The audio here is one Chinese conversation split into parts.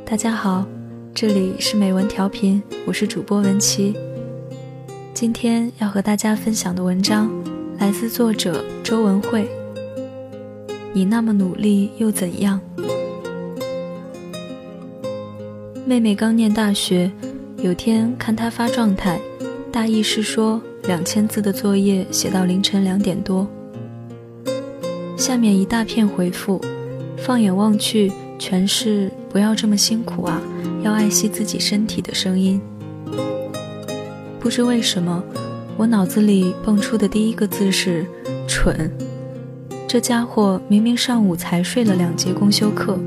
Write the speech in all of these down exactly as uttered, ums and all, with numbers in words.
大家好，这里是美文调频，我是主播文琪。今天要和大家分享的文章来自作者周文慧。你那么努力又怎样？妹妹刚念大学，有天看她发状态，大意是说两千字的作业写到凌晨两点多。下面一大片回复，放眼望去全是不要这么辛苦啊，要爱惜自己身体的声音。不知为什么，我脑子里蹦出的第一个字是蠢。这家伙明明上午才睡了两节公修课。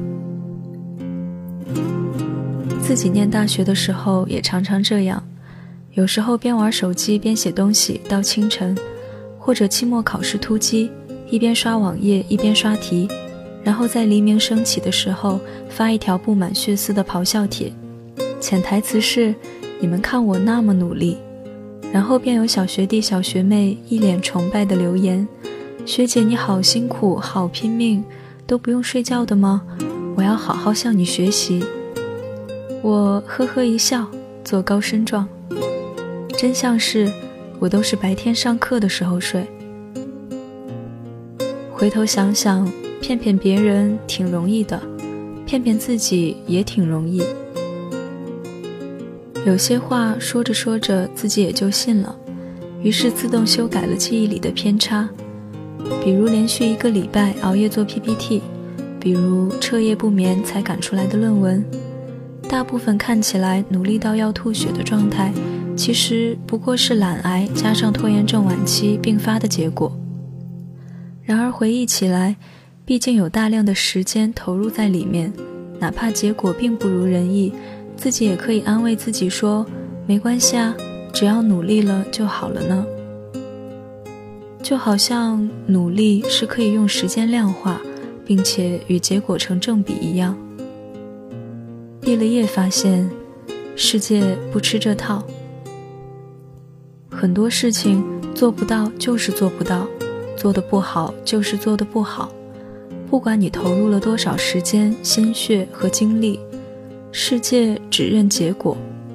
自己念大学的时候也常常这样，有时候边玩手机边写东西到清晨，或者期末考试突击，一边刷网页一边刷题，然后在黎明升起的时候发一条布满血丝的咆哮帖，潜台词是你们看我那么努力。然后便有小学弟小学妹一脸崇拜的留言，学姐你好辛苦好拼命，都不用睡觉的吗？我要好好向你学习。我呵呵一笑，做高声状。真相是我都是白天上课的时候睡。回头想想，骗骗别人挺容易的，骗骗自己也挺容易。有些话说着说着自己也就信了，于是自动修改了记忆里的偏差，比如连续一个礼拜熬夜做 P P T， 比如彻夜不眠才赶出来的论文。大部分看起来努力到要吐血的状态，其实不过是懒癌加上拖延症晚期并发的结果。然而回忆起来，毕竟有大量的时间投入在里面，哪怕结果并不如人意，自己也可以安慰自己说，没关系啊，只要努力了就好了呢。就好像努力是可以用时间量化，并且与结果成正比一样。毕了业发现，世界不吃这套。很多事情做不到就是做不到，做得不好就是做得不好，不管你投入了多少时间、心血和精力，世界只认结果。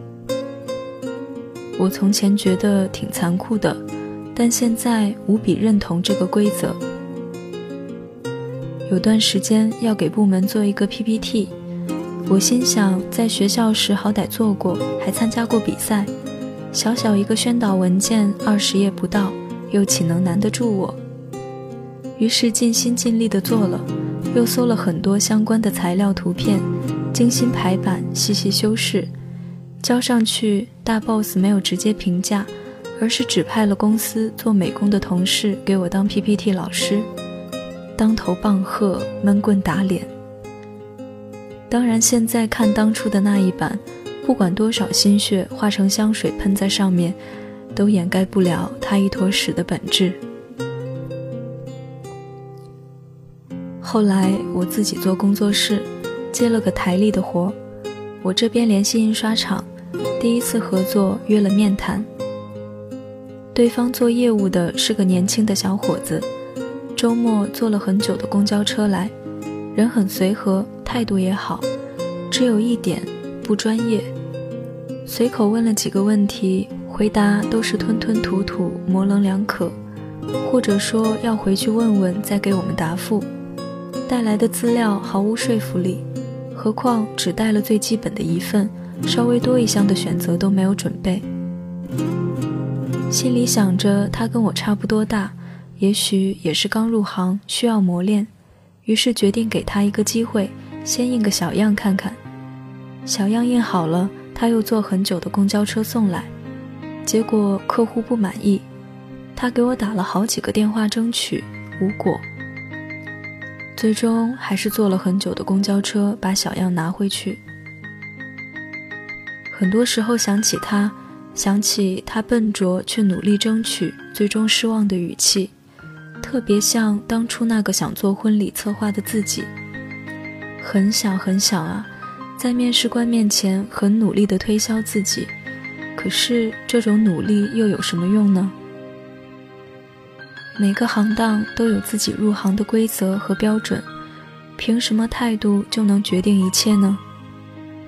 我从前觉得挺残酷的，但现在无比认同这个规则。有段时间要给部门做一个 P P T， 我心想在学校时好歹做过，还参加过比赛，小小一个宣导文件二十页不到，又岂能难得住我？于是尽心尽力地做了，又搜了很多相关的材料图片，精心排版，细细修饰，交上去，大 boss 没有直接评价，而是指派了公司做美工的同事给我当 P P T 老师，当头棒喝，闷棍打脸。当然现在看当初的那一版，不管多少心血化成香水喷在上面，都掩盖不了它一坨屎的本质。后来我自己做工作室，接了个台历的活，我这边联系印刷厂，第一次合作约了面谈。对方做业务的是个年轻的小伙子，周末坐了很久的公交车来，人很随和，态度也好，只有一点不专业。随口问了几个问题，回答都是吞吞吐吐，模棱两可，或者说要回去问问再给我们答复，带来的资料毫无说服力，何况只带了最基本的一份，稍微多一项的选择都没有准备。心里想着他跟我差不多大，也许也是刚入行，需要磨练，于是决定给他一个机会，先印个小样看看。小样印好了，他又坐很久的公交车送来，结果客户不满意，他给我打了好几个电话争取，无果。最终还是坐了很久的公交车把小样拿回去。很多时候想起他，想起他笨拙却努力争取，最终失望的语气，特别像当初那个想做婚礼策划的自己。很小很小啊，在面试官面前很努力地推销自己，可是这种努力又有什么用呢？每个行当都有自己入行的规则和标准，凭什么态度就能决定一切呢？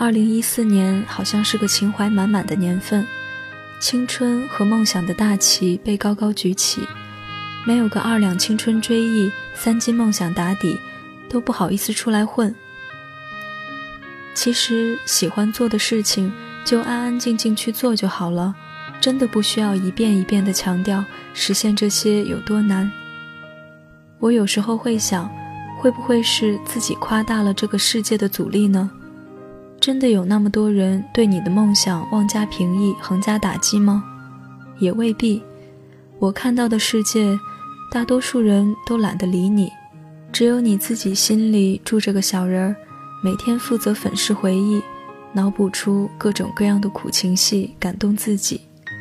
二零一四年好像是个情怀满满的年份，青春和梦想的大旗被高高举起，没有个二两青春追忆，三金梦想打底，都不好意思出来混。其实喜欢做的事情就安安静静去做就好了，真的不需要一遍一遍地强调实现这些有多难。我有时候会想，会不会是自己夸大了这个世界的阻力呢？真的有那么多人对你的梦想妄加评议，横加打击吗？也未必。我看到的世界，大多数人都懒得理你，只有你自己心里住着个小人儿，每天负责粉饰回忆，脑补出各种各样的苦情戏，感动自己。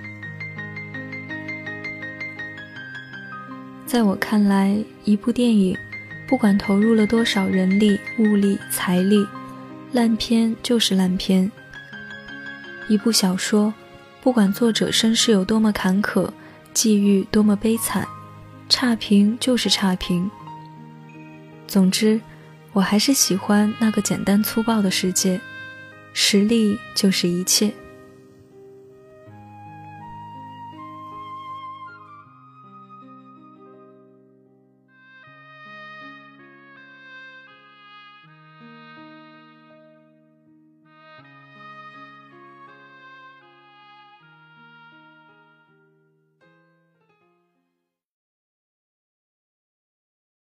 在我看来，一部电影不管投入了多少人力、物力、财力，烂片就是烂片。一部小说，不管作者身世有多么坎坷，际遇多么悲惨，差评就是差评。总之，我还是喜欢那个简单粗暴的世界，实力就是一切。